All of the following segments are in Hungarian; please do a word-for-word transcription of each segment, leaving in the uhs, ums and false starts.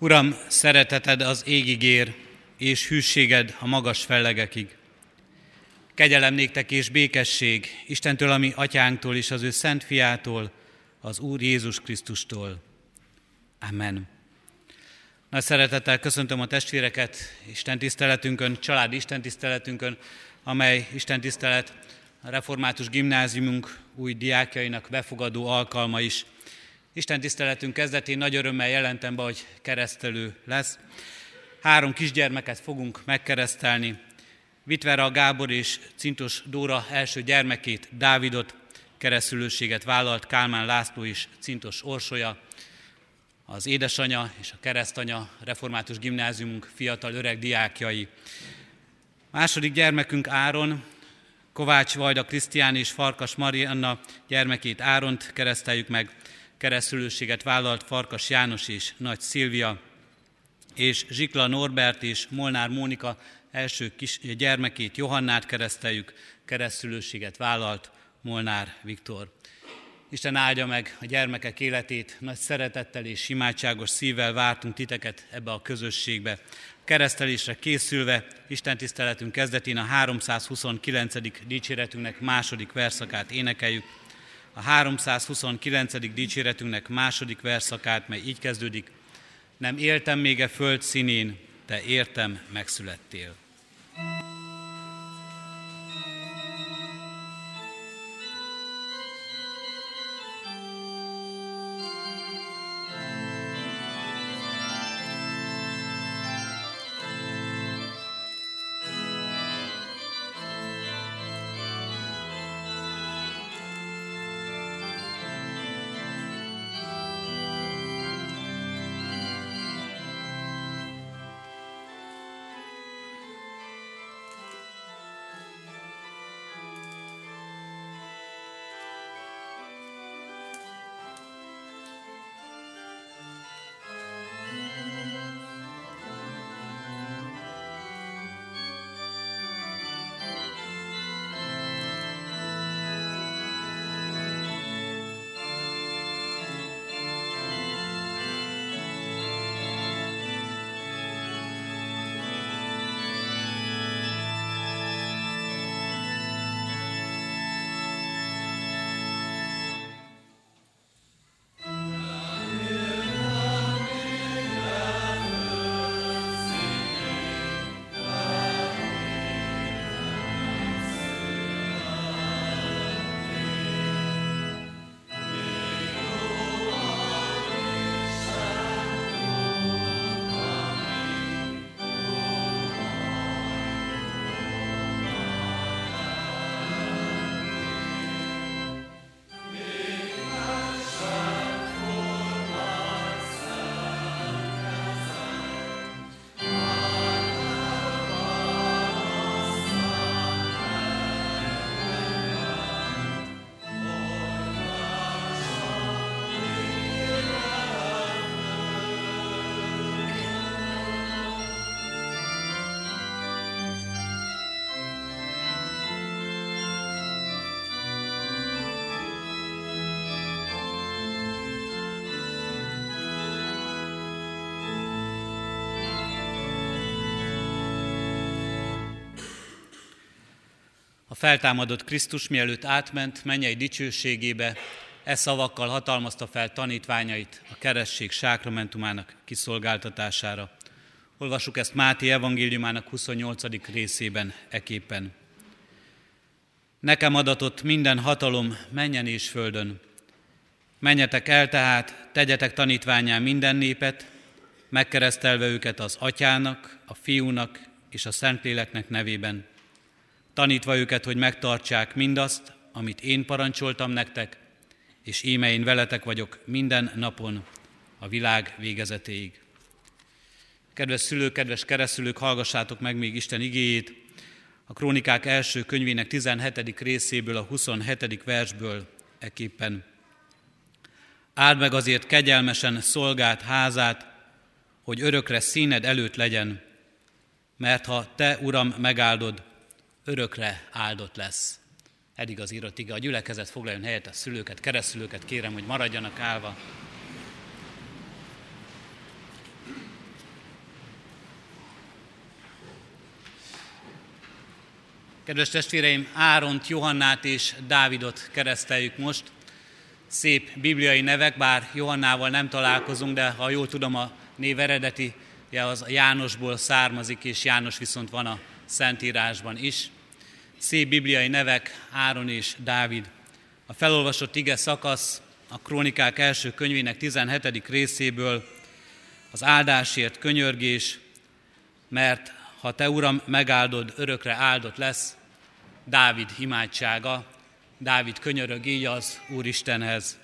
Uram, szereteted az égig ér, és hűséged a magas fellegekig. Kegyelem néktek és békesség Istentől, a mi atyánktól és az ő szent fiától, az Úr Jézus Krisztustól. Amen. Nagy szeretettel köszöntöm a testvéreket istentiszteletünkön, családi istentiszteletünkön, amely istentisztelet a Református Gimnáziumunk új diákjainak befogadó alkalma is. Istentiszteletünk kezdetén nagy örömmel jelentem be, hogy keresztelő lesz. Három kisgyermeket fogunk megkeresztelni. Vitvera Gábor és Cintos Dóra első gyermekét, Dávidot, keresztülőséget vállalt Kálmán László és Cintos Orsolya, az édesanya és a keresztanya Református Gimnáziumunk fiatal öreg diákjai. Második gyermekünk Áron, Kovács Vajda Krisztián és Farkas Marianna gyermekét Áront kereszteljük meg, keresztülőséget vállalt Farkas János és Nagy Szilvia, és Zsikla Norbert és Molnár Mónika első kis gyermekét, Johannát kereszteljük, keresztülőséget vállalt Molnár Viktor. Isten áldja meg a gyermekek életét, nagy szeretettel és imádságos szívvel vártunk titeket ebbe a közösségbe. Keresztelésre készülve istentiszteletünk kezdetén a háromszázhuszonkilencedik dicséretünknek második verszakát énekeljük. A háromszázhuszonkilencedik dicséretünknek második verszakát, mely így kezdődik: nem éltem még a föld színén, te értem megszülettél. A feltámadott Krisztus, mielőtt átment mennyei dicsőségébe, e szavakkal hatalmazta fel tanítványait a keresztség sákramentumának kiszolgáltatására. Olvassuk ezt Máté evangéliumának huszonnyolcadik részében eképpen. Nekem adatott minden hatalom mennyen és földön. Menjetek el tehát, tegyetek tanítvánnyá minden népet, megkeresztelve őket az Atyának, a Fiúnak és a Szentléleknek nevében, tanítva őket, hogy megtartsák mindazt, amit én parancsoltam nektek, és íme én veletek vagyok minden napon, a világ végezetéig. Kedves szülők, kedves keresztülők, hallgassátok meg még Isten igéjét, a Krónikák első könyvének tizenhetedik részéből, a huszonhetedik versből eképpen. Áld meg azért kegyelmesen szolgád házát, hogy örökre színed előtt legyen, mert ha te, Uram, megáldod, örökre áldott lesz. Eddig az írott ige. A gyülekezet foglaljon helyet, a szülőket, keresztülőket kérem, hogy maradjanak állva. Kedves testvéreim, Áront, Johannát és Dávidot kereszteljük most. Szép bibliai nevek, bár Johannával nem találkozunk, de ha jól tudom, a név eredeti az a Jánosból származik, és János viszont van a Szentírásban is. Szép bibliai nevek, Áron és Dávid. A felolvasott ige szakasz a Krónikák első könyvének tizenhetedik részéből az áldásért könyörgés, mert ha te, Uram, megáldod, örökre áldott lesz. Dávid imádsága, Dávid könyörög így az Úristenhez.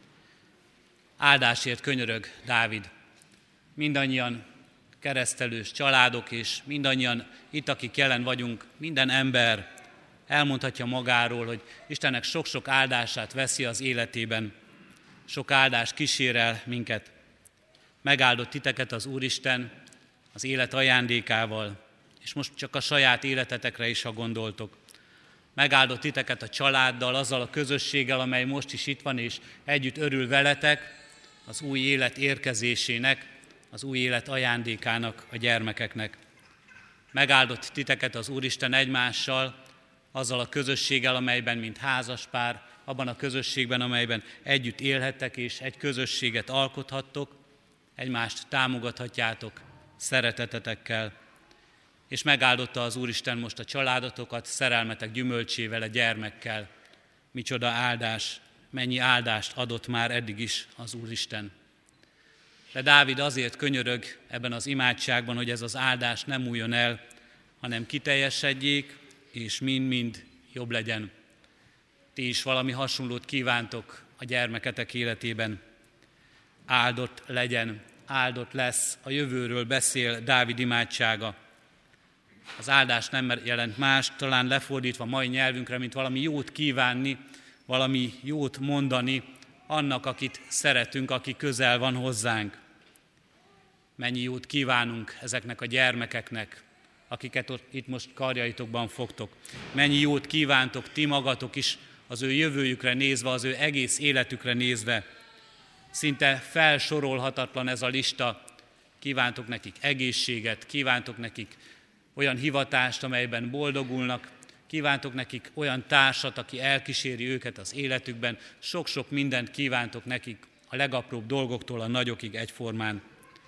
Áldásért könyörög Dávid. Mindannyian keresztelős családok, és mindannyian itt, akik jelen vagyunk, minden ember elmondhatja magáról, hogy Istennek sok-sok áldását veszi az életében. Sok áldás kísér el minket. Megáldott titeket az Úristen az élet ajándékával, és most csak a saját életetekre is, ha gondoltok. Megáldott titeket a családdal, azzal a közösséggel, amely most is itt van, és együtt örül veletek az új élet érkezésének, az új élet ajándékának, a gyermekeknek. Megáldott titeket az Úristen egymással, azzal a közösséggel, amelyben mint házaspár, abban a közösségben, amelyben együtt élhettek, és egy közösséget alkothattok, egymást támogathatjátok szeretetetekkel, és megáldotta az Úristen most a családotokat szerelmetek gyümölcsével, a gyermekkel. Micsoda áldás, mennyi áldást adott már eddig is az Úristen. De Dávid azért könyörög ebben az imádságban, hogy ez az áldás nem múljon el, hanem kiteljesedjék, és mind-mind jobb legyen. Ti is valami hasonlót kívántok a gyermeketek életében. Áldott legyen, áldott lesz, a jövőről beszél Dávid imádsága. Az áldás nem jelent más, talán lefordítva mai nyelvünkre, mint valami jót kívánni, valami jót mondani annak, akit szeretünk, aki közel van hozzánk. Mennyi jót kívánunk ezeknek a gyermekeknek, akiket ott, itt most karjaitokban fogtok. Mennyi jót kívántok ti magatok is az ő jövőjükre nézve, az ő egész életükre nézve. Szinte felsorolhatatlan ez a lista. Kívántok nekik egészséget, kívántok nekik olyan hivatást, amelyben boldogulnak, kívántok nekik olyan társat, aki elkíséri őket az életükben, sok-sok mindent kívántok nekik, a legapróbb dolgoktól a nagyokig egyformán.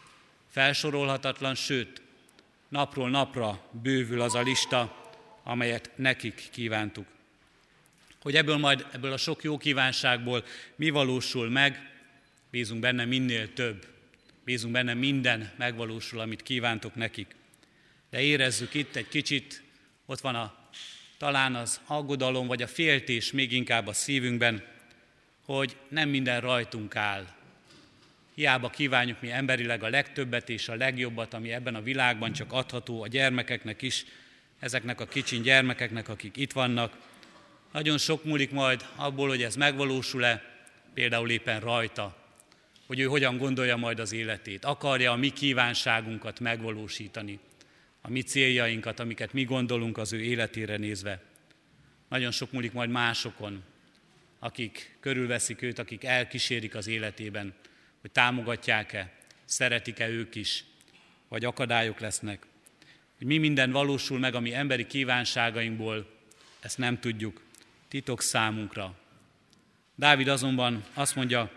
Felsorolhatatlan, sőt, napról napra bővül az a lista, amelyet nekik kívántuk. Hogy ebből majd, ebből a sok jó kívánságból mi valósul meg, bízunk benne minél több, bízunk benne minden megvalósul, amit kívántok nekik. De érezzük itt egy kicsit, ott van a, talán az aggodalom, vagy a féltés még inkább a szívünkben, hogy nem minden rajtunk áll. Hiába kívánjuk mi emberileg a legtöbbet és a legjobbat, ami ebben a világban csak adható a gyermekeknek is, ezeknek a kicsin gyermekeknek, akik itt vannak. Nagyon sok múlik majd abból, hogy ez megvalósul-e, például éppen rajta, hogy ő hogyan gondolja majd az életét, akarja a mi kívánságunkat megvalósítani, a mi céljainkat, amiket mi gondolunk az ő életére nézve. Nagyon sok múlik majd másokon, akik körülveszik őt, akik elkísérik az életében, hogy támogatják-e, szeretik-e ők is, vagy akadályok lesznek. Hogy mi minden valósul meg a mi emberi kívánságainkból, ezt nem tudjuk, titok számunkra. Dávid azonban azt mondja,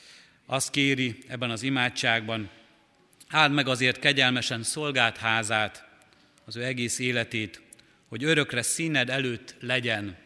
azt kéri ebben az imádságban, áld meg azért kegyelmesen szolgált házát, az ő egész életét, hogy örökre színed előtt legyen,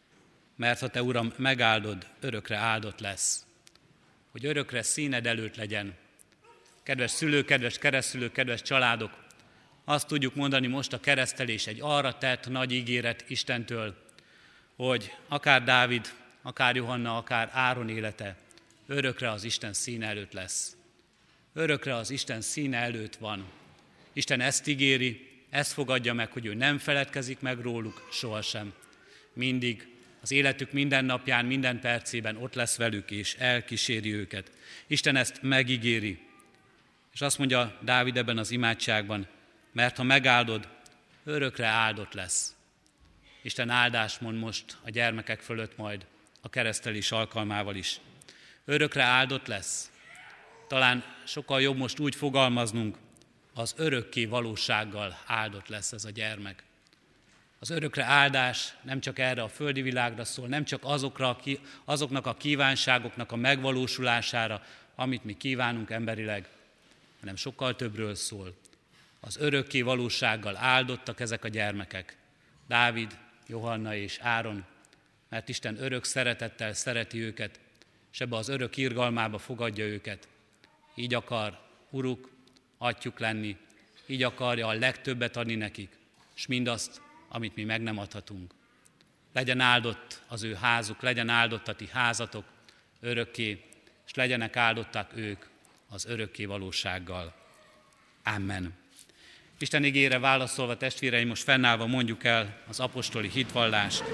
mert ha te, Uram, megáldod, örökre áldott lesz. Hogy örökre színed előtt legyen. Kedves szülők, kedves keresztülők, kedves családok, azt tudjuk mondani most, a keresztelés egy arra tett nagy ígéret Istentől, hogy akár Dávid, akár Johanna, akár Áron élete örökre az Isten színe előtt lesz. Örökre az Isten színe előtt van. Isten ezt ígéri, ezt fogadja meg, hogy ő nem feledkezik meg róluk sohasem. Mindig, az életük minden napján, minden percében ott lesz velük, és elkíséri őket. Isten ezt megígéri. És azt mondja Dávid ebben az imádságban, mert ha megáldod, örökre áldott lesz. Isten áldást mond most a gyermekek fölött majd a keresztelés alkalmával is. Örökre áldott lesz. Talán sokkal jobb most úgy fogalmaznunk, az örökké valósággal áldott lesz ez a gyermek. Az örökre áldás nem csak erre a földi világra szól, nem csak azokra, azoknak a kívánságoknak a megvalósulására, amit mi kívánunk emberileg, hanem sokkal többről szól. Az örökké valósággal áldottak ezek a gyermekek, Dávid, Johanna és Áron, mert Isten örök szeretettel szereti őket, és ebbe az örök irgalmába fogadja őket. Így akar uruk, atyjuk lenni, így akarja a legtöbbet adni nekik, és mindazt, amit mi meg nem adhatunk. Legyen áldott az ő házuk, legyen áldott a ti házatok örökké, és legyenek áldottak ők az örökké valósággal. Amen. Isten igére válaszolva, testvéreim, most fennállva mondjuk el az apostoli hitvallást.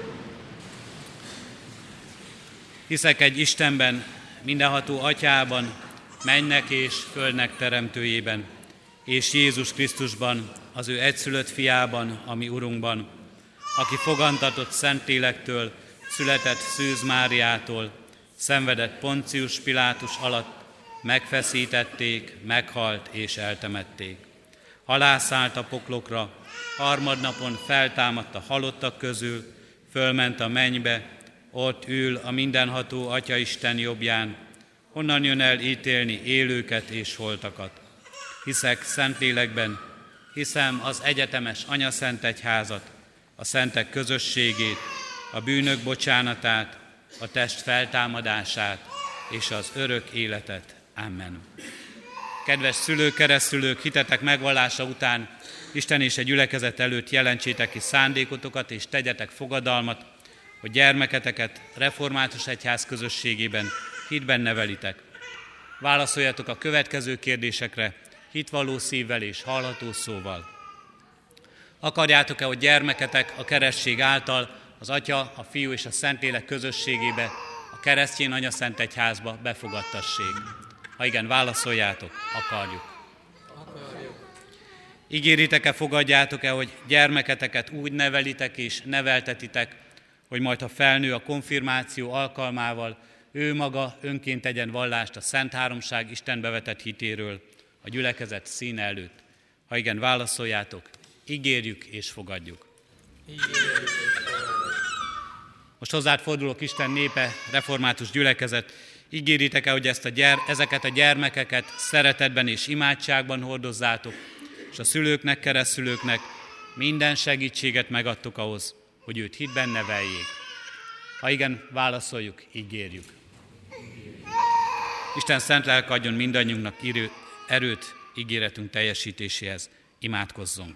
Hiszek egy Istenben, mindenható Atyában, mennek és földnek teremtőjében, és Jézus Krisztusban, az ő egyszülött fiában, a mi Urunkban, aki fogantatott Szentlélektől, született Szűz Máriától, szenvedett Poncius Pilátus alatt, megfeszítették, meghalt és eltemették. Halászállt a poklokra, harmadnapon feltámadt a halottak közül, fölment a mennybe, ott ül a mindenható Atya Isten jobbján, honnan jön el ítélni élőket és holtakat. Hiszek Szentlélekben, hiszem az egyetemes Anyaszent Egyházat, a szentek közösségét, a bűnök bocsánatát, a test feltámadását és az örök életet. Amen. Kedves szülők, keresztszülők, hitetek megvallása után Isten és a gyülekezet előtt jelentsétek ki szándékotokat és tegyetek fogadalmat, hogy gyermeketeket református egyház közösségében hitben nevelitek. Válaszoljatok a következő kérdésekre hitvalló szívvel és hallható szóval. Akarjátok-e, hogy gyermeketek a keresztség által az Atya, a Fiú és a Szentlélek közösségébe, a keresztény Anyaszent Egyházba befogadtassék? Ha igen, válaszoljátok, akarjuk. Akarjuk. Ígéritek-e, fogadjátok-e, hogy gyermeketeket úgy nevelitek és neveltetitek, hogy majd ha felnő a konfirmáció alkalmával, ő maga önként tegyen vallást a Szent Háromság Istenbe vetett hitéről a gyülekezet színe előtt? Ha igen, válaszoljátok, ígérjük és fogadjuk. Ígérjük és fogadjuk. Most hozzád fordulok, Isten népe, református gyülekezet, ígéritek-e, hogy ezt a gyere, ezeket a gyermekeket szeretetben és imádságban hordozzátok, és a szülőknek, keresztszülőknek minden segítséget megadtok ahhoz, hogy őt hitben neveljék? Ha igen, válaszoljuk, ígérjük. Isten szent lelke adjon mindannyiunknak erőt ígéretünk teljesítéséhez. Imádkozzunk.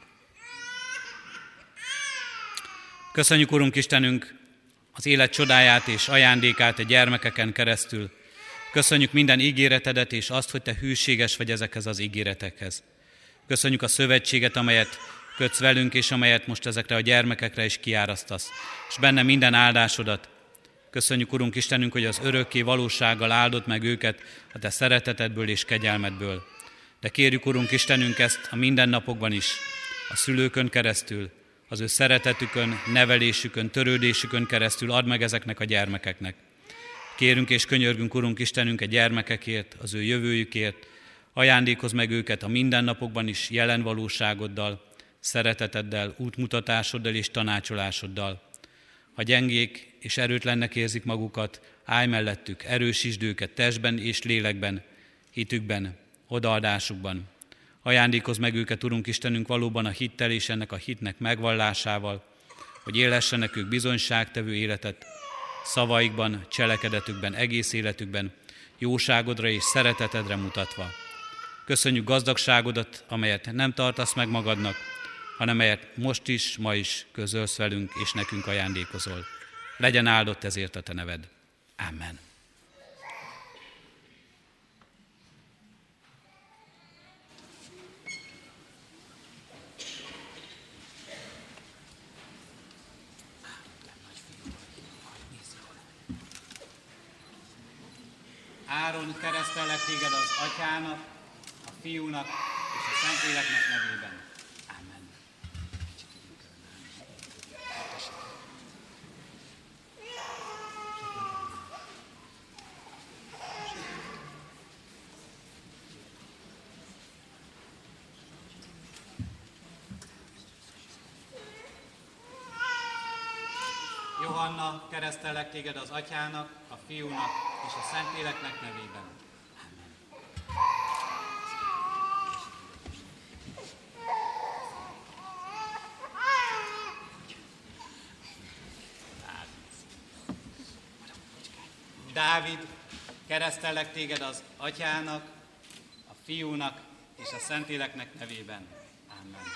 Köszönjük, Urunk Istenünk, az élet csodáját és ajándékát a gyermekeken keresztül. Köszönjük minden ígéretedet és azt, hogy te hűséges vagy ezekhez az ígéretekhez. Köszönjük a szövetséget, amelyet kötsz velünk, és amelyet most ezekre a gyermekekre is kiárasztasz, és benne minden áldásodat. Köszönjük, Urunk Istenünk, hogy az örökké valósággal áldott meg őket a te szeretetedből és kegyelmedből. De kérjük, Urunk Istenünk, ezt a mindennapokban is, a szülőkön keresztül, az ő szeretetükön, nevelésükön, törődésükön keresztül add meg ezeknek a gyermekeknek. Kérünk és könyörgünk, Urunk Istenünk, a gyermekekért, az ő jövőjükért, ajándékozz meg őket a mindennapokban is jelen valóságoddal, szereteteddel, útmutatásoddal és tanácsolásoddal. Ha gyengék és erőtlennek érzik magukat, állj mellettük, erősítsd őket testben és lélekben, hitükben, odaadásukban. Ajándékozz meg őket, Urunk Istenünk, valóban a hittel és ennek a hitnek megvallásával, hogy élhessenek ők bizonyságtevő életet, szavaikban, cselekedetükben, egész életükben, jóságodra és szeretetedre mutatva. Köszönjük gazdagságodat, amelyet nem tartasz meg magadnak, hanem amelyet most is, ma is közölsz velünk, és nekünk ajándékozol. Legyen áldott ezért a te neved. Amen. Áron, keresztellek téged az Atyának, a Fiúnak és a Szentléleknek nevében. Amen. Johanna, keresztellek téged az Atyának, a Fiúnak és a Szentléleknek nevében. Dávid, keresztellek téged az Atyának, a Fiúnak és a Szentléleknek nevében. Amen.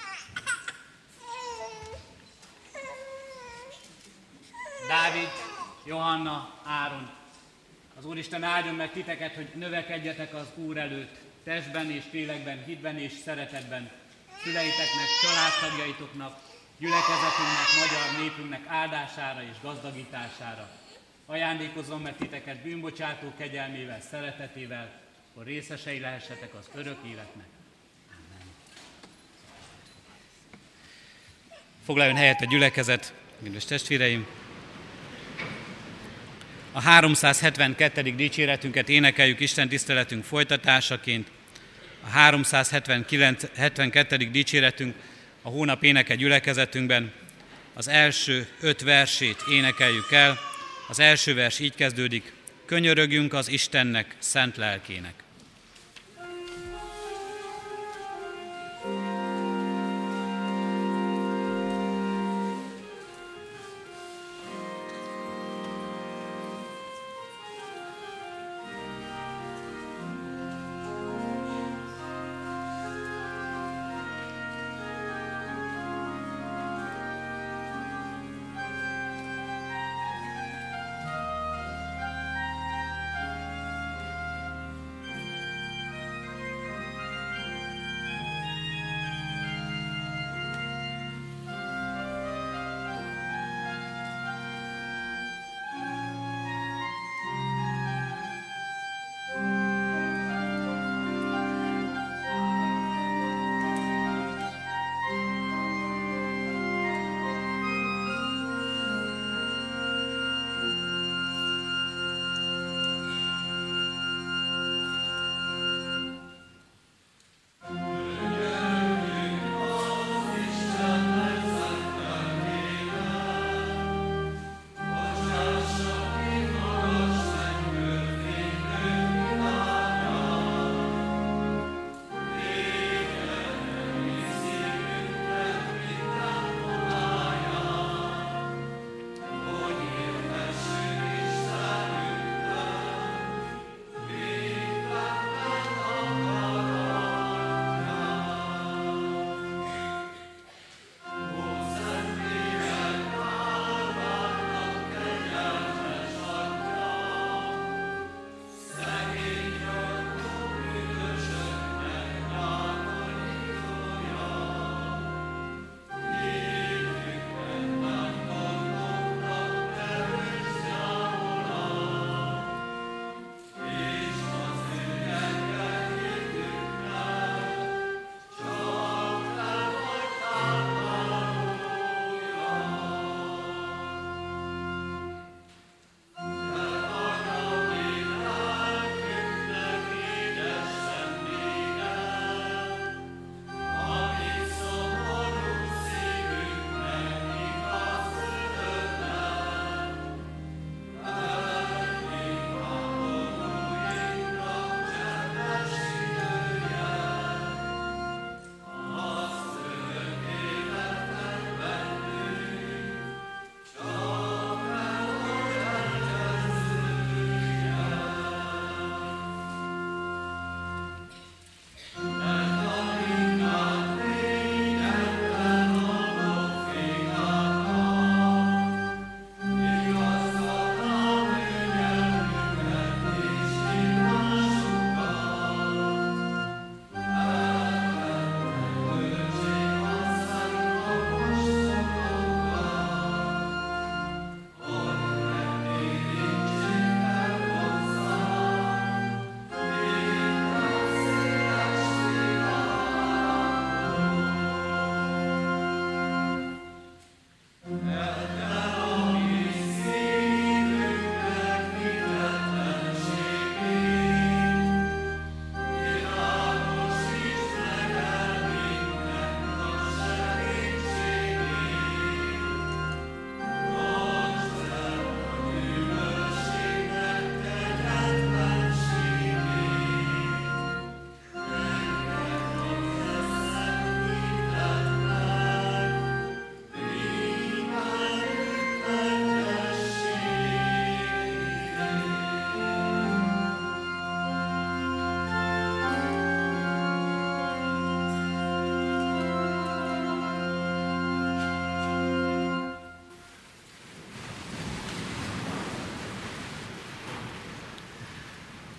Dávid, Johanna, Áron, az Úristen áldjon meg titeket, hogy növekedjetek az Úr előtt, testben és lélekben, hitben és szeretetben, szüleiteknek, családtagjaitoknak, gyülekezetünknek, magyar népünknek áldására és gazdagítására. Ajándékozom meg titeket bűnbocsátó kegyelmével, szeretetével, hogy részesei lehessetek az örök életnek. Amen. Foglaljon helyet a gyülekezet, kedves testvéreim! A háromszázhetvenkettedik dicséretünket énekeljük Isten tiszteletünk folytatásaként. A háromszázhetvenkettedik dicséretünk a hónap éneke gyülekezetünkben. Az első öt versét énekeljük el. Az első vers így kezdődik: könyörögjünk az Istennek szent lelkének.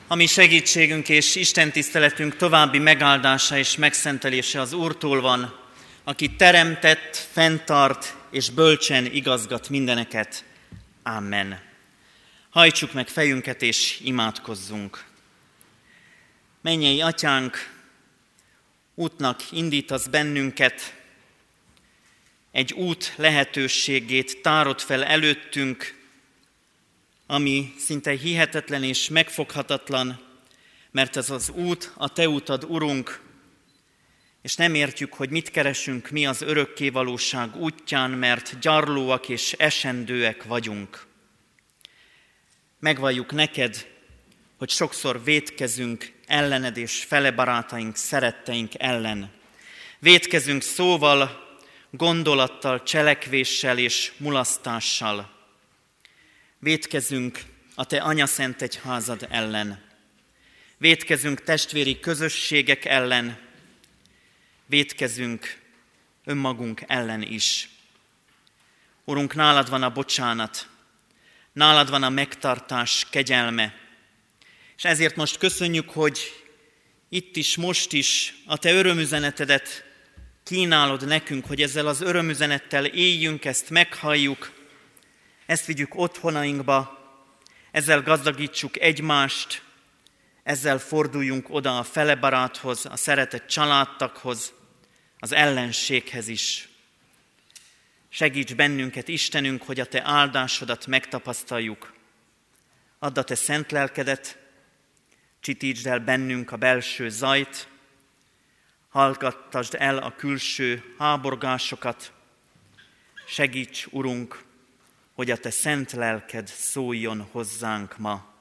A mi segítségünk és Isten tiszteletünk további megáldása és megszentelése az Úrtól van, aki teremtett, fenntart és bölcsen igazgat mindeneket. Amen. Hajtsuk meg fejünket és imádkozzunk. Mennyei Atyánk, útnak indítasz bennünket, egy út lehetőségét tárod fel előttünk, ami szinte hihetetlen és megfoghatatlan, mert ez az út a Te utad, Urunk, és nem értjük, hogy mit keresünk mi az örökkévalóság útján, mert gyarlóak és esendőek vagyunk. Megvalljuk neked, hogy sokszor vétkezünk ellened és fele barátaink, szeretteink ellen. Vétkezünk szóval, gondolattal, cselekvéssel és mulasztással. Vétkezünk a Te anyaszent egyházad ellen. Vétkezünk testvéri közösségek ellen. Vétkezünk önmagunk ellen is. Urunk, nálad van a bocsánat, nálad van a megtartás kegyelme. És ezért most köszönjük, hogy itt is, most is a Te örömüzenetedet kínálod nekünk, hogy ezzel az örömüzenettel éljünk, ezt meghalljuk, ezt vigyük otthonainkba, ezzel gazdagítsuk egymást, ezzel forduljunk oda a fele baráthoz, a szeretett családtaghoz, az ellenséghez is. Segíts bennünket, Istenünk, hogy a Te áldásodat megtapasztaljuk. Add a Te szent lelkedet, csitítsd el bennünk a belső zajt, hallgattasd el a külső háborgásokat. Segíts, Urunk, hogy a Te szent lelked szóljon hozzánk ma.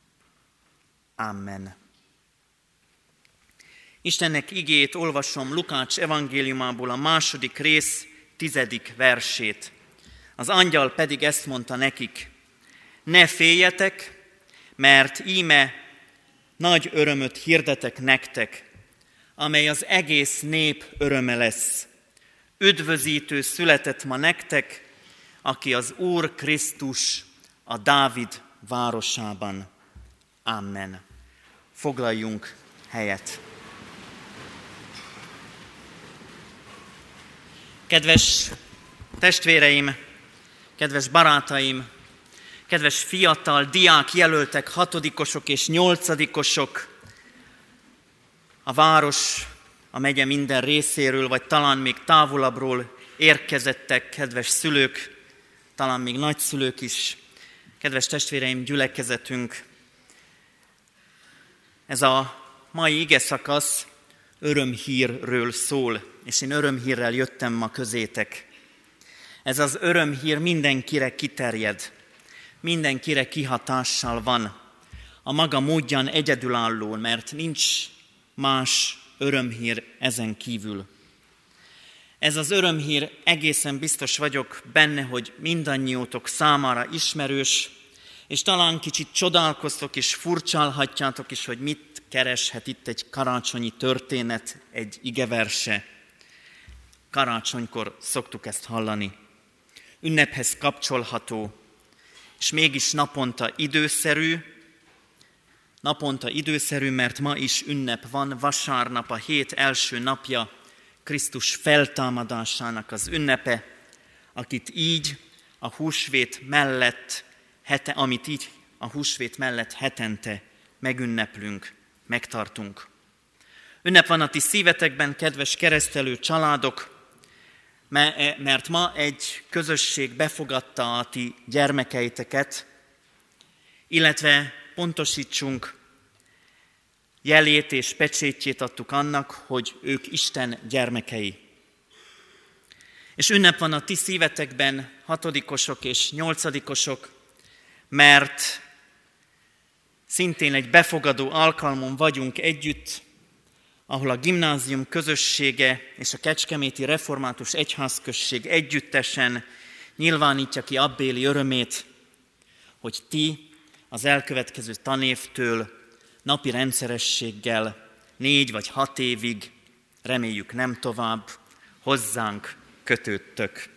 Amen. Istennek igéjét olvasom Lukács evangéliumából, a második rész tizedik versét. Az angyal pedig ezt mondta nekik: ne féljetek, mert íme nagy örömöt hirdetek nektek, amely az egész nép öröme lesz. Üdvözítő született ma nektek, aki az Úr Krisztus a Dávid városában. Amen. Foglaljunk helyet. Kedves testvéreim, kedves barátaim, kedves fiatal diák jelöltek, hatodikosok és nyolcadikosok, a város, a megye minden részéről, vagy talán még távolabbról érkezettek, kedves szülők, talán még nagyszülők is, kedves testvéreim, gyülekezetünk. Ez a mai igeszakasz örömhírről szól, és én örömhírrel jöttem ma közétek. Ez az örömhír mindenkire kiterjed, mindenkire kihatással van, a maga módján egyedülálló, mert nincs más örömhír ezen kívül. Ez az örömhír, egészen biztos vagyok benne, hogy mindannyiótok számára ismerős, és talán kicsit csodálkoztok és furcsálhatjátok is, hogy mit kereshet itt egy karácsonyi történet, egy igeverse. Karácsonykor szoktuk ezt hallani. Ünnephez kapcsolható, és mégis naponta időszerű, naponta időszerű, mert ma is ünnep van, vasárnap, a hét első napja, Krisztus feltámadásának az ünnepe, akit így a húsvét mellett, hete, amit így a húsvét mellett hetente megünneplünk, megtartunk. Ünnep van a ti szívetekben, kedves keresztelő családok, mert ma egy közösség befogadta a ti gyermekeiteket, illetve pontosítsunk, jelét és pecsétjét adtuk annak, hogy ők Isten gyermekei. És ünnep van a ti szívetekben, hatodikosok és nyolcadikosok, mert szintén egy befogadó alkalmon vagyunk együtt, ahol a gimnázium közössége és a Kecskeméti Református Egyházközség együttesen nyilvánítja ki abbéli örömét, hogy ti az elkövetkező tanévtől napi rendszerességgel négy vagy hat évig, reméljük nem tovább, hozzánk kötődtök.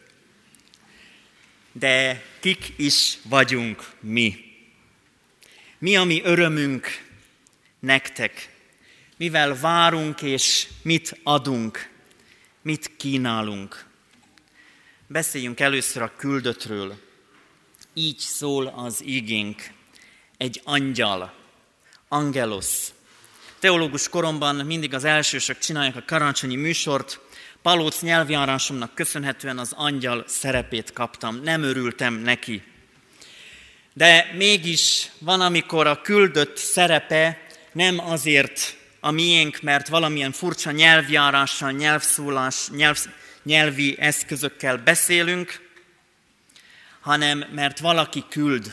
De kik is vagyunk mi? Mi a mi örömünk nektek, mivel várunk és mit adunk, mit kínálunk. Beszéljünk először a küldöttről. Így szól az igénk. Egy angyal, angelos. Teológus koromban mindig az elsősök csinálják a karácsonyi műsort. Palóc nyelvjárásomnak köszönhetően az angyal szerepét kaptam. Nem örültem neki. De mégis van, amikor a küldött szerepe nem azért a miénk, mert valamilyen furcsa nyelvjárással, nyelvszólás, nyelv, nyelvi eszközökkel beszélünk, hanem mert valaki küld.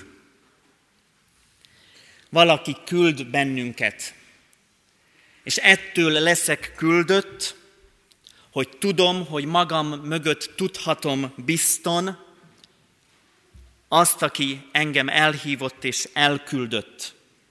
Valaki küld bennünket. És ettől leszek küldött, hogy tudom, hogy magam mögött tudhatom bizton azt, aki engem elhívott és elküldött.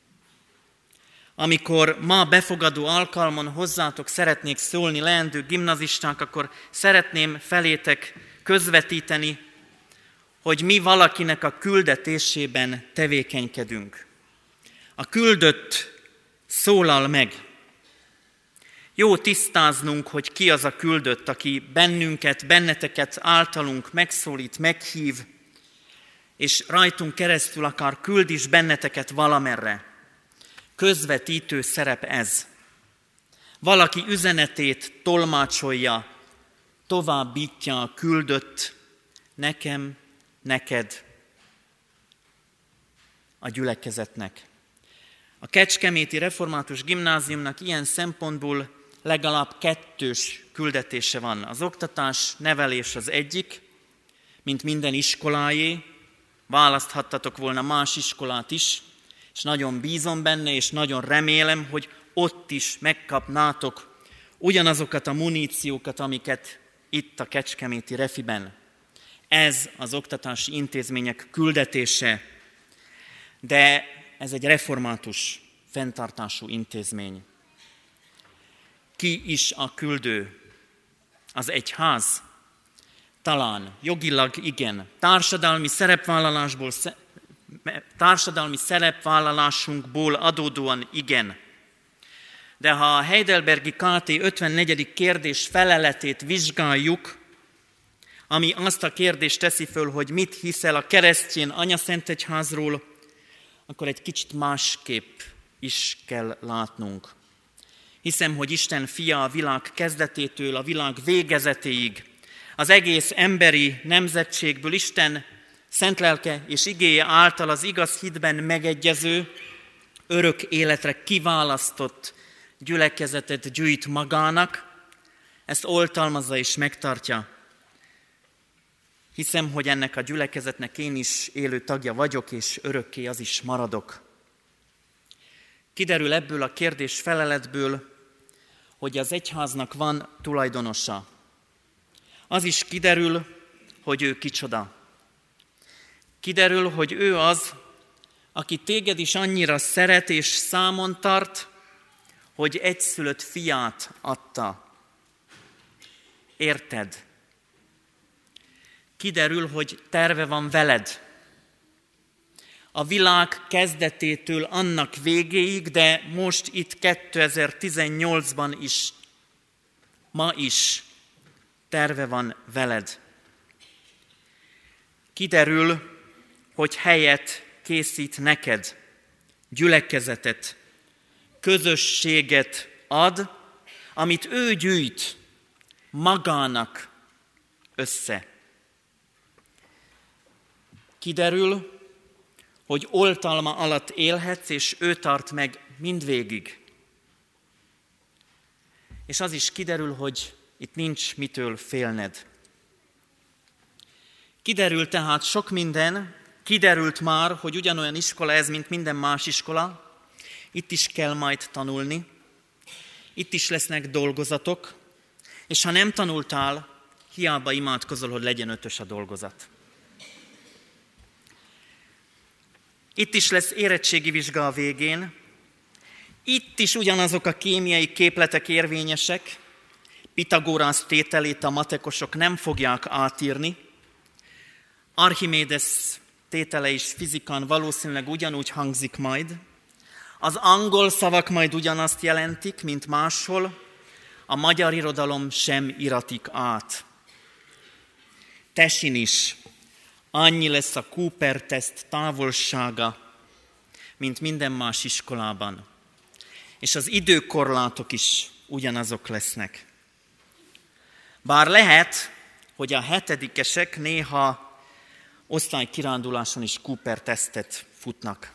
Amikor ma befogadó alkalmon hozzátok szeretnék szólni, leendő gimnazisták, akkor szeretném felétek közvetíteni, hogy mi valakinek a küldetésében tevékenykedünk. A küldött szólal meg. Jó tisztáznunk, hogy ki az a küldött, aki bennünket, benneteket általunk megszólít, meghív, és rajtunk keresztül akar küld is benneteket valamerre. Közvetítő szerep ez. Valaki üzenetét tolmácsolja, továbbítja a küldött nekem, neked, a gyülekezetnek. A Kecskeméti Református Gimnáziumnak ilyen szempontból legalább kettős küldetése van. Az oktatás, nevelés az egyik, mint minden iskoláé. Választhattatok volna más iskolát is, és nagyon bízom benne, és nagyon remélem, hogy ott is megkapnátok ugyanazokat a muníciókat, amiket itt a Kecskeméti Refiben. Ez az oktatási intézmények küldetése, de ez egy református fenntartású intézmény. Ki is a küldő? Az egyház? Talán, jogilag igen. Társadalmi szerepvállalásból, társadalmi szerepvállalásunkból adódóan igen. De ha a Heidelbergi ká té ötvennegyedik kérdés feleletét vizsgáljuk, ami azt a kérdést teszi föl, hogy mit hiszel a keresztény anyaszentegyházról, akkor egy kicsit másképp is kell látnunk. Hiszem, hogy Isten fia a világ kezdetétől a világ végezetéig, az egész emberi nemzetségből Isten szent lelke és igéje által az igaz hitben megegyező, örök életre kiválasztott gyülekezetet gyűjt magának, ezt oltalmazza és megtartja. Hiszem, hogy ennek a gyülekezetnek én is élő tagja vagyok, és örökké az is maradok. Kiderül ebből a kérdés feleletből, hogy az egyháznak van tulajdonosa. Az is kiderül, hogy ő kicsoda. Kiderül, hogy ő az, aki téged is annyira szeret és számon tart, hogy egyszülött fiát adta. Érted? Kiderül, hogy terve van veled. A világ kezdetétől annak végéig, de most itt kétezer-tizennyolcban is, ma is terve van veled. Kiderül, hogy helyet készít neked, gyülekezetet, közösséget ad, amit ő gyűjt magának össze. Kiderül, hogy oltalma alatt élhetsz, és ő tart meg mindvégig. És az is kiderül, hogy itt nincs mitől félned. Kiderül tehát sok minden, kiderült már, hogy ugyanolyan iskola ez, mint minden más iskola. Itt is kell majd tanulni, itt is lesznek dolgozatok, és ha nem tanultál, hiába imádkozol, hogy legyen ötös a dolgozat. Itt is lesz érettségi vizsga a végén, itt is ugyanazok a kémiai képletek érvényesek, Pitagorász tételét a matekosok nem fogják átírni, Archimédes tétele is fizikán valószínűleg ugyanúgy hangzik majd, Az angol szavak majd ugyanazt jelentik, mint máshol, a magyar irodalom sem iratik át. Tesin is annyi lesz a Cooper-teszt távolsága, mint minden más iskolában. És az időkorlátok is ugyanazok lesznek. Bár lehet, hogy a hetedikesek néha osztálykiránduláson is Cooper-tesztet futnak.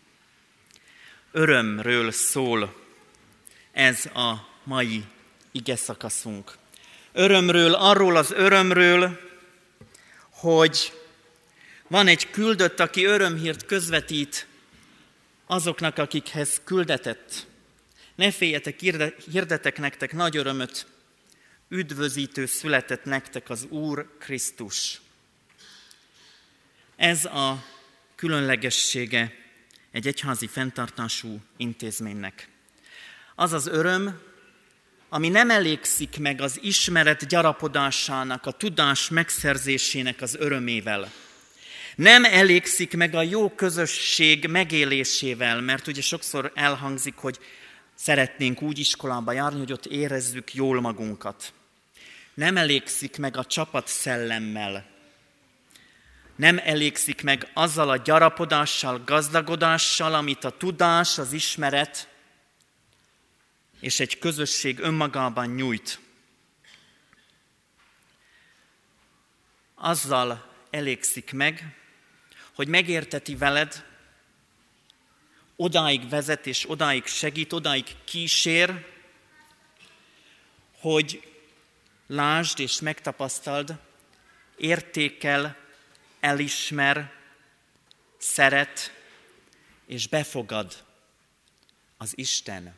Örömről szól ez a mai igeszakaszunk. Örömről, arról az örömről, hogy van egy küldött, aki örömhírt közvetít azoknak, akikhez küldetett. Ne féljetek, hirdetek nektek nagy örömöt, üdvözítő született nektek az Úr Krisztus. Ez a különlegessége egy egyházi fenntartású intézménynek. Az az öröm, ami nem elégszik meg az ismeret gyarapodásának, a tudás megszerzésének az örömével. Nem elégszik meg a jó közösség megélésével, mert ugye sokszor elhangzik, hogy szeretnénk úgy iskolába járni, hogy ott érezzük jól magunkat. Nem elégszik meg a csapatszellemmel. Nem elégszik meg azzal a gyarapodással, gazdagodással, amit a tudás, az ismeret és egy közösség önmagában nyújt. Azzal elégszik meg, hogy megérteti veled, odáig vezet és odáig segít, odáig kísér, hogy lásd és megtapasztald, értékel, elismer, szeret és befogad az Isten.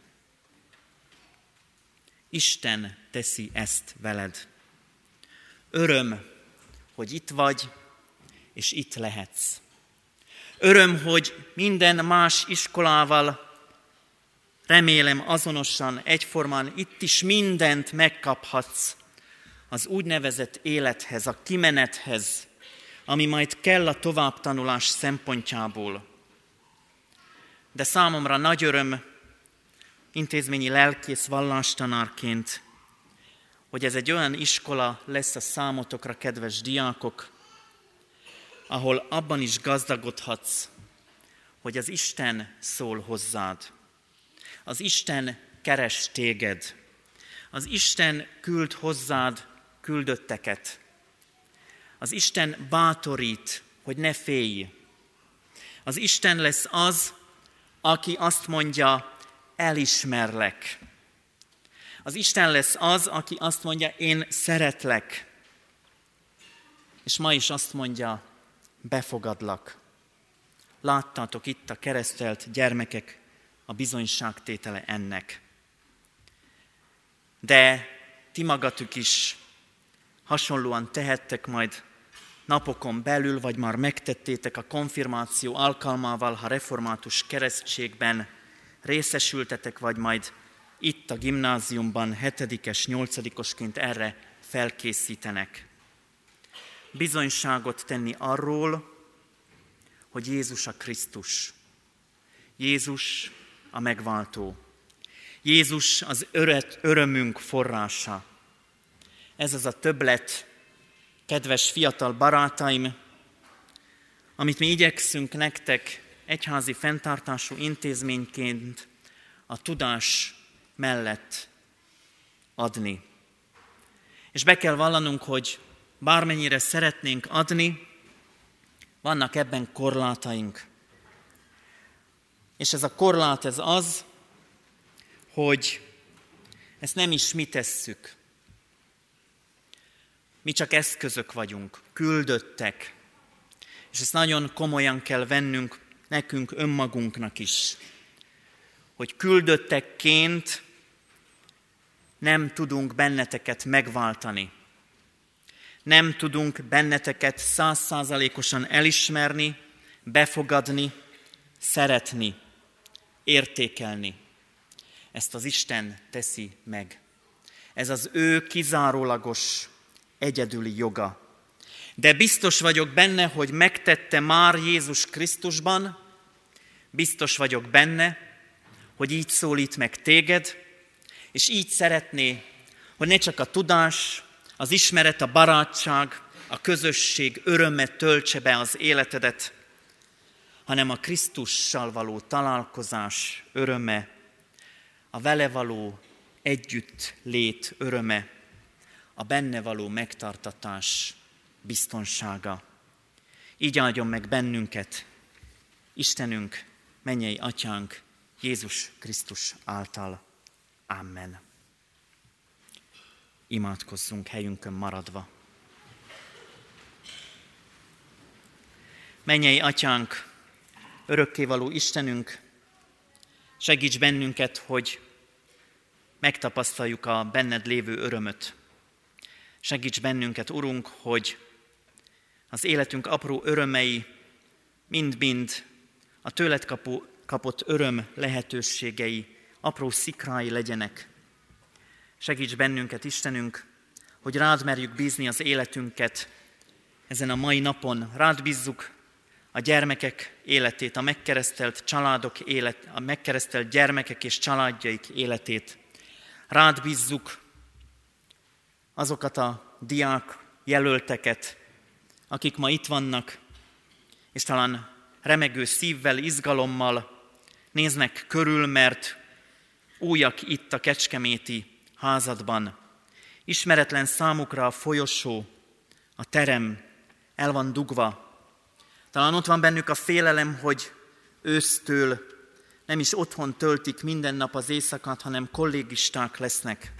Isten teszi ezt veled. Öröm, hogy itt vagy, és itt lehetsz. Öröm, hogy minden más iskolával remélem azonosan, egyformán itt is mindent megkaphatsz az úgynevezett élethez, a kimenethez, ami majd kell a továbbtanulás szempontjából. De számomra nagy öröm, intézményi lelkész vallástanárként, hogy ez egy olyan iskola lesz a számotokra, kedves diákok, ahol abban is gazdagodhatsz, hogy az Isten szól hozzád. Az Isten keres téged. Az Isten küld hozzád küldötteket. Az Isten bátorít, hogy ne félj. Az Isten lesz az, aki azt mondja, elismerlek. Az Isten lesz az, aki azt mondja, én szeretlek. És ma is azt mondja, befogadlak. Láttátok itt a keresztelt gyermekek a bizonyságtétele ennek. De ti magatok is hasonlóan tehettek majd napokon belül, vagy már megtettétek a konfirmáció alkalmával, ha református keresztségben részesültetek, vagy majd itt a gimnáziumban hetedikes, nyolcadikosként erre felkészítenek. Bizonyságot tenni arról, hogy Jézus a Krisztus. Jézus a megváltó. Jézus az öröt, örömünk forrása. Ez az a többlet, kedves fiatal barátaim, amit mi igyekszünk nektek egyházi fenntartású intézményként a tudás mellett adni. És be kell vallanunk, hogy bármennyire szeretnénk adni, vannak ebben korlátaink. És ez a korlát ez az, hogy ezt nem is mi tesszük. Mi csak eszközök vagyunk, küldöttek. És ezt nagyon komolyan kell vennünk nekünk önmagunknak is. Hogy küldöttekként nem tudunk benneteket megváltani. Nem tudunk benneteket százszázalékosan elismerni, befogadni, szeretni, értékelni. Ezt az Isten teszi meg. Ez az ő kizárólagos, egyedüli joga. De biztos vagyok benne, hogy megtette már Jézus Krisztusban, biztos vagyok benne, hogy így szólít meg téged, és így szeretné, hogy ne csak a tudás, az ismeret, a barátság, a közösség öröme töltse be az életedet, hanem a Krisztussal való találkozás öröme, a vele való együtt lét öröme, a benne való megtartatás biztonsága. Így áldjon meg bennünket, Istenünk, mennyei Atyánk, Jézus Krisztus által. Amen. Imádkozzunk helyünkön maradva. Mennyei Atyánk, örökkévaló Istenünk, segíts bennünket, hogy megtapasztaljuk a benned lévő örömöt. Segíts bennünket, Urunk, hogy az életünk apró örömei mind-mind a tőled kapu, kapott öröm lehetőségei, apró szikrái legyenek. Segíts bennünket, Istenünk, hogy rád merjük bízni az életünket ezen a mai napon. Rád bízzuk a gyermekek életét, a megkeresztelt családok élet, a megkeresztelt gyermekek és családjaik életét. Rád bízzuk azokat a diák jelölteket, akik ma itt vannak, és talán remegő szívvel, izgalommal néznek körül, mert újak itt a kecskeméti házadban. Ismeretlen számukra a folyosó, a terem el van dugva. Talán ott van bennük a félelem, hogy ősztől nem is otthon töltik minden nap az éjszakát, hanem kollégisták lesznek.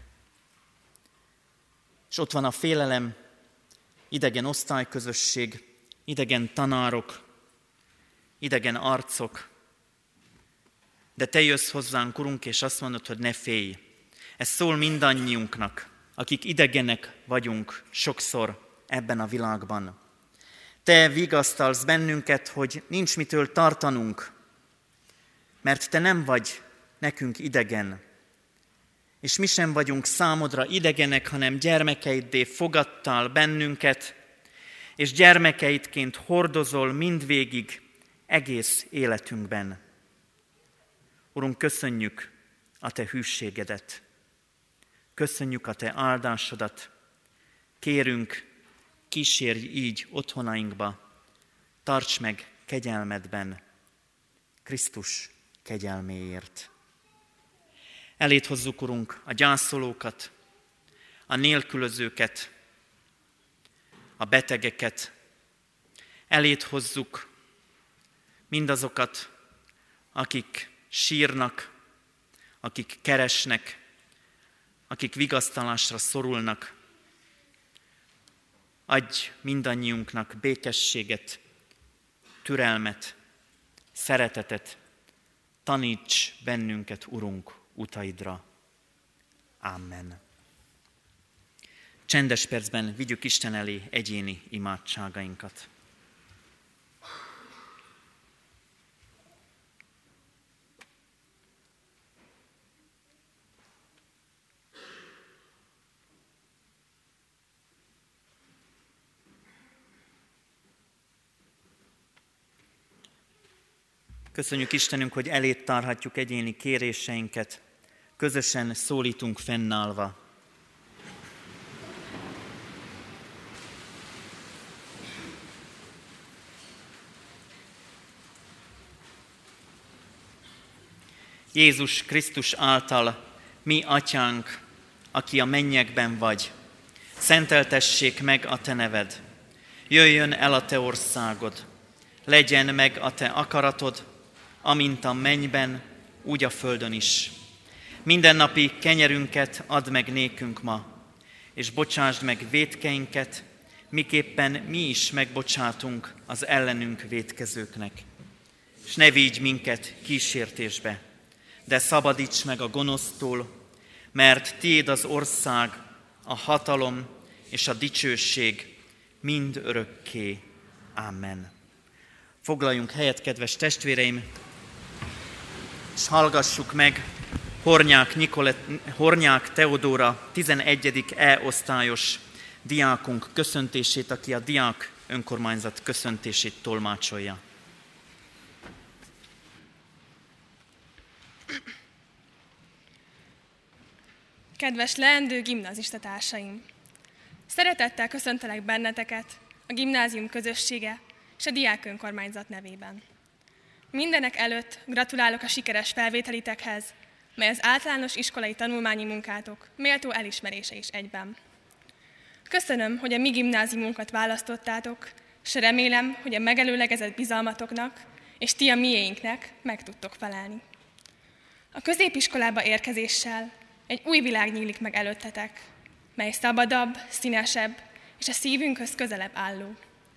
És ott van a félelem, idegen osztályközösség, idegen tanárok, idegen arcok. De te jössz hozzánk, Urunk, és azt mondod, hogy ne félj. Ez szól mindannyiunknak, akik idegenek vagyunk sokszor ebben a világban. Te vigasztalsz bennünket, hogy nincs mitől tartanunk, mert te nem vagy nekünk idegen. És mi sem vagyunk számodra idegenek, hanem gyermekeiddé fogadtál bennünket, és gyermekeidként hordozol mindvégig egész életünkben. Urunk, köszönjük a te hűségedet, köszönjük a te áldásodat, kérünk, kísérj így otthonainkba, tarts meg kegyelmedben, Krisztus kegyelméért. Eléd hozzuk, Urunk, a gyászolókat, a nélkülözőket, a betegeket. Eléd hozzuk mindazokat, akik sírnak, akik keresnek, akik vigasztalásra szorulnak. Adj mindannyiunknak békességet, türelmet, szeretetet, taníts bennünket, Urunk, utaidra. Amen. Csendes percben vigyük Isten elé egyéni imádságainkat. Köszönjük, Istenünk, hogy eléd tárhatjuk egyéni kéréseinket, közösen szólítunk fennállva. Jézus Krisztus által, mi Atyánk, aki a mennyekben vagy, szenteltessék meg a te neved, jöjjön el a te országod, legyen meg a te akaratod, amint a mennyben, úgy a földön is. Mindennapi kenyerünket add meg nékünk ma, és bocsásd meg vétkeinket, miképpen mi is megbocsátunk az ellenünk vétkezőknek. És ne vigy minket kísértésbe, de szabadíts meg a gonosztól, mert tiéd az ország, a hatalom és a dicsőség mind örökké. Amen. Foglaljunk helyet, kedves testvéreim, és hallgassuk meg Hornyák, Nikolett, Hornyák Teodóra tizenegyedik E-osztályos diákunk köszöntését, aki a diák önkormányzat köszöntését tolmácsolja. Kedves leendő gimnazista társaim! Szeretettel köszöntelek benneteket a gimnázium közössége és a diák önkormányzat nevében. Mindenek előtt gratulálok a sikeres felvételitekhez, mely az általános iskolai tanulmányi munkátok méltó elismerése is egyben. Köszönöm, hogy a mi gimnáziumunkat választottátok, és remélem, hogy a megelőlegezett bizalmatoknak és ti a miéinknek meg tudtok felelni. A középiskolába érkezéssel egy új világ nyílik meg előttetek, mely szabadabb, színesebb és a szívünkhöz közelebb álló.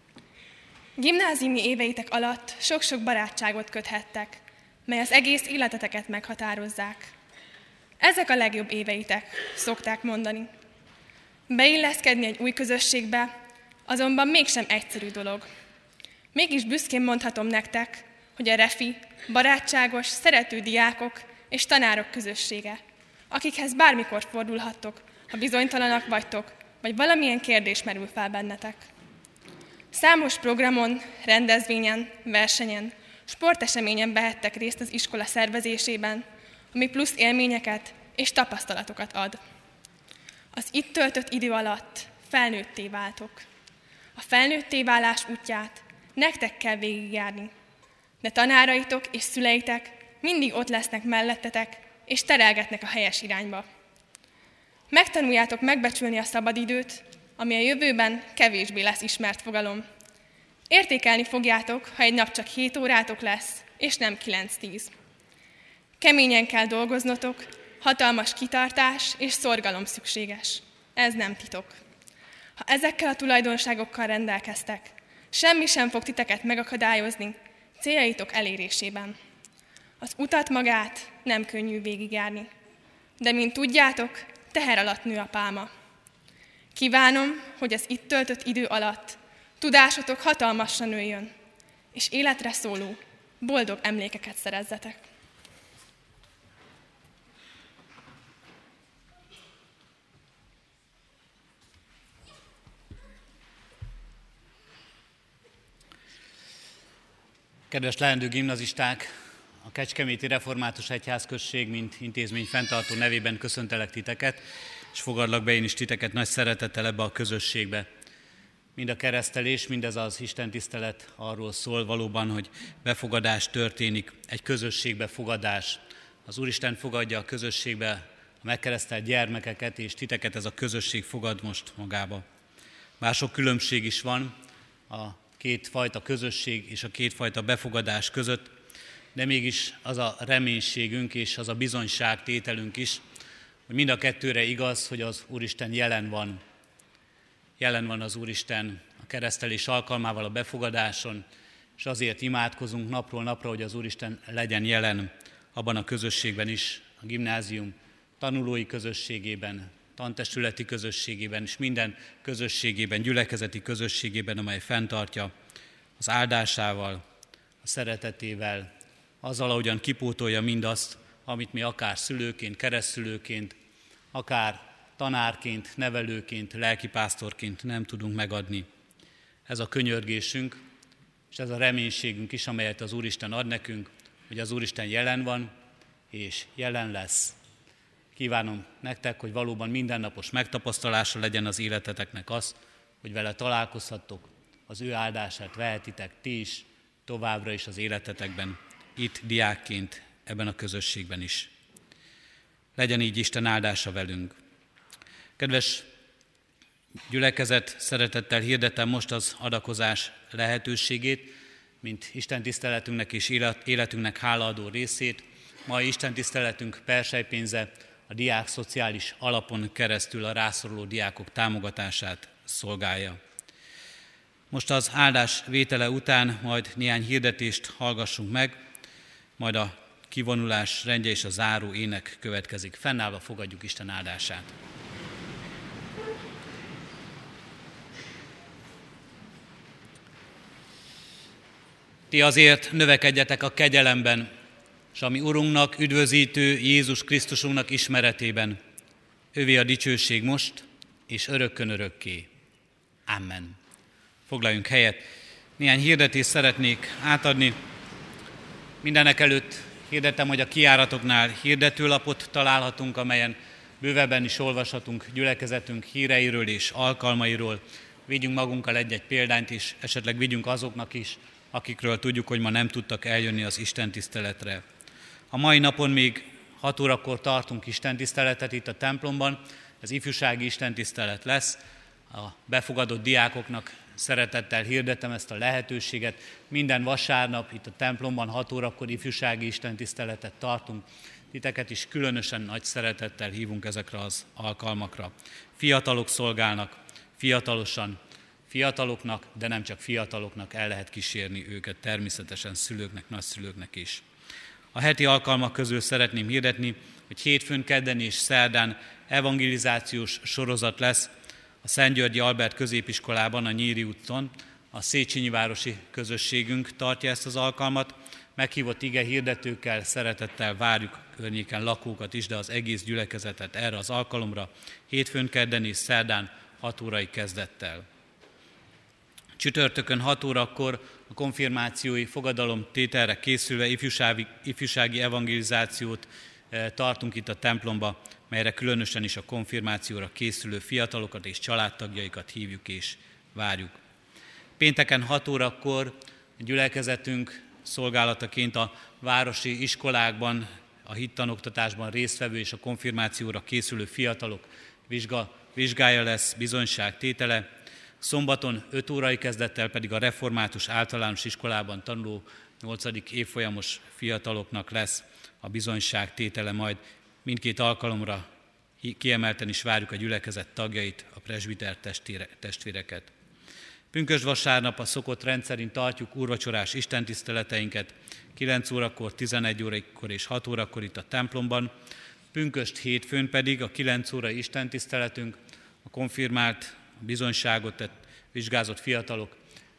Gimnáziumi éveitek alatt sok-sok barátságot köthettek, mely az egész életeteket meghatározzák. Ezek a legjobb éveitek, szokták mondani. Beilleszkedni egy új közösségbe azonban mégsem egyszerű dolog. Mégis büszkén mondhatom nektek, hogy a Refi barátságos, szerető diákok és tanárok közössége, akikhez bármikor fordulhattok, ha bizonytalanak vagytok, vagy valamilyen kérdés merül fel bennetek. Számos programon, rendezvényen, versenyen, sporteseményen vehettek részt az iskola szervezésében, ami plusz élményeket és tapasztalatokat ad. Az itt töltött idő alatt felnőtté váltok. A felnőtté válás útját nektek kell végigjárni, de tanáraitok és szüleitek mindig ott lesznek mellettetek, és terelgetnek a helyes irányba. Megtanuljátok megbecsülni a szabadidőt, ami a jövőben kevésbé lesz ismert fogalom. Értékelni fogjátok, ha egy nap csak hét órátok lesz, és nem kilenc-tíz. Keményen kell dolgoznotok, hatalmas kitartás és szorgalom szükséges. Ez nem titok. Ha ezekkel a tulajdonságokkal rendelkeztek, semmi sem fog titeket megakadályozni céljaitok elérésében. Az utat magát nem könnyű végigjárni, de mint tudjátok, teher alatt nő a pálma. Kívánom, hogy az itt töltött idő alatt tudásotok hatalmasan nőjön, és életre szóló, boldog emlékeket szerezzetek. Kedves leendő gimnazisták, a Kecskeméti Református Egyházközség, mint intézmény fenntartó nevében köszöntelek titeket, és fogadlak be én is titeket nagy szeretettel ebbe a közösségbe. Mind a keresztelés, mindez az istentisztelet arról szól valóban, hogy befogadás történik, egy közösségbe fogadás. Az Úristen fogadja a közösségbe a megkeresztelt gyermekeket, és titeket ez a közösség fogad most magába. Bár sok különbség is van a kétfajta közösség és a kétfajta befogadás között, de mégis az a reménységünk és az a bizonyságtételünk is, hogy mind a kettőre igaz, hogy az Úristen jelen van. Jelen van az Úristen a keresztelés alkalmával a befogadáson, és azért imádkozunk napról napra, hogy az Úristen legyen jelen abban a közösségben is, a gimnázium tanulói közösségében, tantestületi közösségében és minden közösségében, gyülekezeti közösségében, amely fenntartja az áldásával, a szeretetével, azzal, ahogyan kipótolja mindazt, amit mi akár szülőként, keresztszülőként, akár tanárként, nevelőként, lelkipásztorként nem tudunk megadni. Ez a könyörgésünk, és ez a reménységünk is, amelyet az Úristen ad nekünk, hogy az Úristen jelen van, és jelen lesz. Kívánom nektek, hogy valóban mindennapos megtapasztalása legyen az életeteknek az, hogy vele találkozhattok, az ő áldását vehetitek ti is, továbbra is az életetekben, itt diákként, ebben a közösségben is. Legyen így Isten áldása velünk. Kedves gyülekezet, szeretettel hirdetem most az adakozás lehetőségét, mint Isten tiszteletünknek és életünknek hálaadó részét. Mai Isten tiszteletünk perselypénze a diák szociális alapon keresztül a rászoruló diákok támogatását szolgálja. Most az áldás vétele után majd néhány hirdetést hallgassunk meg, majd a kivonulás rendje és a záró ének következik. Fennállva fogadjuk Isten áldását. Ti azért növekedjetek a kegyelemben, és a mi Urunknak, üdvözítő Jézus Krisztusunknak ismeretében. Ővé a dicsőség most, és örökkön örökké. Amen. Foglaljunk helyet. Néhány hirdetést szeretnék átadni. Mindenek előtt hirdettem, hogy a kijáratoknál hirdetőlapot találhatunk, amelyen bővebben is olvashatunk gyülekezetünk híreiről és alkalmairól. Vigyünk magunkkal egy-egy példányt is, esetleg vigyünk azoknak is, akikről tudjuk, hogy ma nem tudtak eljönni az istentiszteletre. A mai napon még hat órakor tartunk istentiszteletet itt a templomban, ez ifjúsági istentisztelet lesz. A befogadott diákoknak szeretettel hirdetem ezt a lehetőséget. Minden vasárnap itt a templomban hat órakor ifjúsági istentiszteletet tartunk. Titeket is különösen nagy szeretettel hívunk ezekre az alkalmakra. Fiatalok szolgálnak, fiatalosan, fiataloknak, de nem csak fiataloknak el lehet kísérni őket, természetesen szülőknek, nagyszülőknek is. A heti alkalmak közül szeretném hirdetni, hogy hétfőn, kedden és szerdán evangelizációs sorozat lesz a Szentgyörgyi Albert középiskolában, a Nyíri úton. A Széchenyi városi közösségünk tartja ezt az alkalmat. Meghívott ige hirdetőkkel szeretettel várjuk a környéken lakókat is, de az egész gyülekezetet erre az alkalomra hétfőn, kedden és szerdán hat órai kezdettel. Csütörtökön hat órakor a konfirmációi fogadalom tételre készülve ifjúsági, ifjúsági evangelizációt tartunk itt a templomba, melyre különösen is a konfirmációra készülő fiatalokat és családtagjaikat hívjuk és várjuk. Pénteken hat órakor a gyülekezetünk szolgálataként a városi iskolákban, a hittanoktatásban résztvevő és a konfirmációra készülő fiatalok vizsga, vizsgája lesz, bizonyságtétele. Szombaton öt órai kezdettel pedig a református általános iskolában tanuló nyolcadik évfolyamos fiataloknak lesz a bizonyságtétele, majd mindkét alkalomra kiemelten is várjuk a gyülekezet tagjait, a presbiter testvéreket. Pünkösd vasárnap a szokott rendszerint tartjuk úrvacsorás istentiszteleteinket kilenc órakor, tizenegy órakor és hat órakor itt a templomban. Pünkösd hétfőn pedig a kilenc órai istentiszteletünk a konfirmált, a bizonyságot tett, vizsgázott fiatalok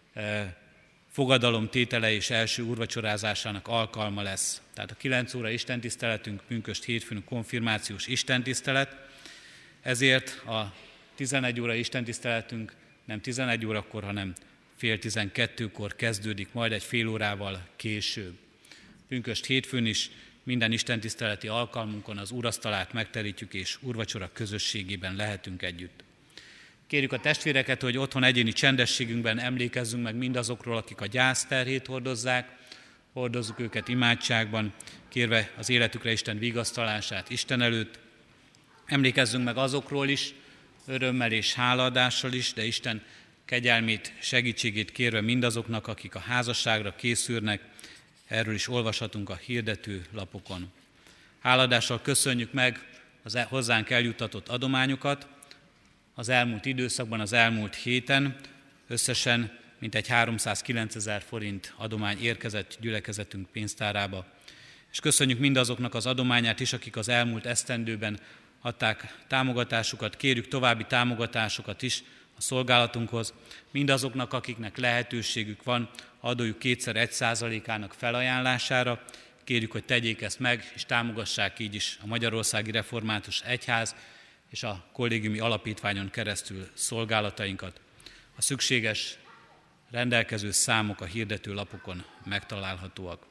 fogadalomtétele és első úrvacsorázásának alkalma lesz. Tehát a kilenc óra istentiszteletünk pünkösd hétfőn konfirmációs istentisztelet, ezért a tizenegy óra istentiszteletünk nem tizenegy órakor, hanem fél tizenkettőkor kezdődik, majd egy fél órával később. Pünkösd hétfőn is minden istentiszteleti alkalmunkon az úrasztalát megterítjük, és úrvacsora közösségében lehetünk együtt. Kérjük a testvéreket, hogy otthon egyéni csendességünkben emlékezzünk meg mindazokról, akik a gyászterhét hordozzák, hordozzuk őket imádságban, kérve az életükre Isten vigasztalását Isten előtt. Emlékezzünk meg azokról is, örömmel és hálaadással is, de Isten kegyelmét, segítségét kérve mindazoknak, akik a házasságra készülnek, erről is olvashatunk a hirdető lapokon. Háladással köszönjük meg az hozzánk eljuttatott adományokat. Az elmúlt időszakban, az elmúlt héten összesen mintegy háromszázkilencezer forint adomány érkezett gyülekezetünk pénztárába. És köszönjük mindazoknak az adományát is, akik az elmúlt esztendőben adták támogatásukat, kérjük további támogatásokat is a szolgálatunkhoz. Mindazoknak, akiknek lehetőségük van adójuk kétszer egy százalékának felajánlására, kérjük, hogy tegyék ezt meg, és támogassák így is a Magyarországi Református Egyház és a kollégiumi alapítványon keresztül szolgálatainkat. A szükséges rendelkező számok a hirdető lapokon megtalálhatóak.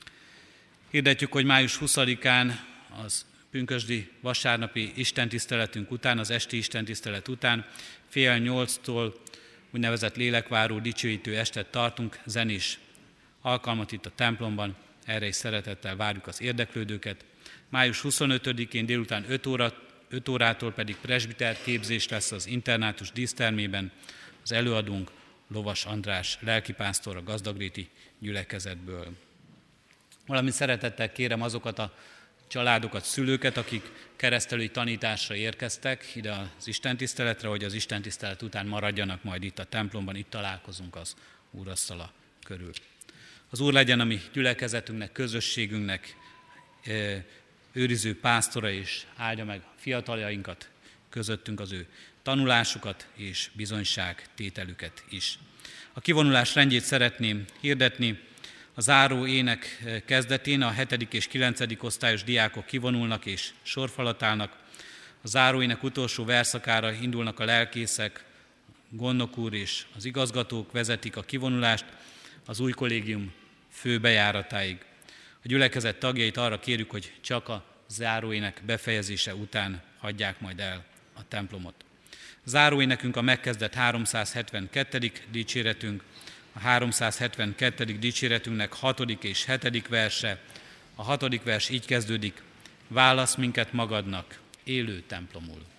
Hirdetjük, hogy május huszadikán az pünkösdi vasárnapi istentiszteletünk után, az esti istentisztelet után fél nyolctól úgynevezett lélekváró dicsőítő estet tartunk, zenés alkalmat itt a templomban, erre is szeretettel várjuk az érdeklődőket. május huszonötödikén délután öt óra öt órától pedig presbiter képzés lesz az internátus dísztermében. Az előadónk Lovas András, lelkipásztor a Gazdagréti gyülekezetből. Valamint szeretettel kérem azokat a családokat, szülőket, akik keresztelői tanításra érkeztek ide az istentiszteletre, hogy az istentisztelet után maradjanak majd itt a templomban, itt találkozunk az úrasztala körül. Az Úr legyen a mi gyülekezetünknek, közösségünknek őriző pásztora, és áldja meg a fiataljainkat, közöttünk az ő tanulásukat és bizonyságtételüket is. A kivonulás rendjét szeretném hirdetni. A záró ének kezdetén a hetedik és kilencedik osztályos diákok kivonulnak és sorfalat állnak. A záró ének utolsó verszakára indulnak a lelkészek, gondnok úr és az igazgatók vezetik a kivonulást az új kollégium fő bejáratáig. A gyülekezet tagjait arra kérjük, hogy csak a záróének befejezése után hagyják majd el a templomot. Záróénekünk a megkezdett háromszázhetvenkettedik dicséretünk, a háromszázhetvenkettedik dicséretünknek hatodik és hetedik verse. A hatodik vers így kezdődik: válasz minket magadnak, élő templomul.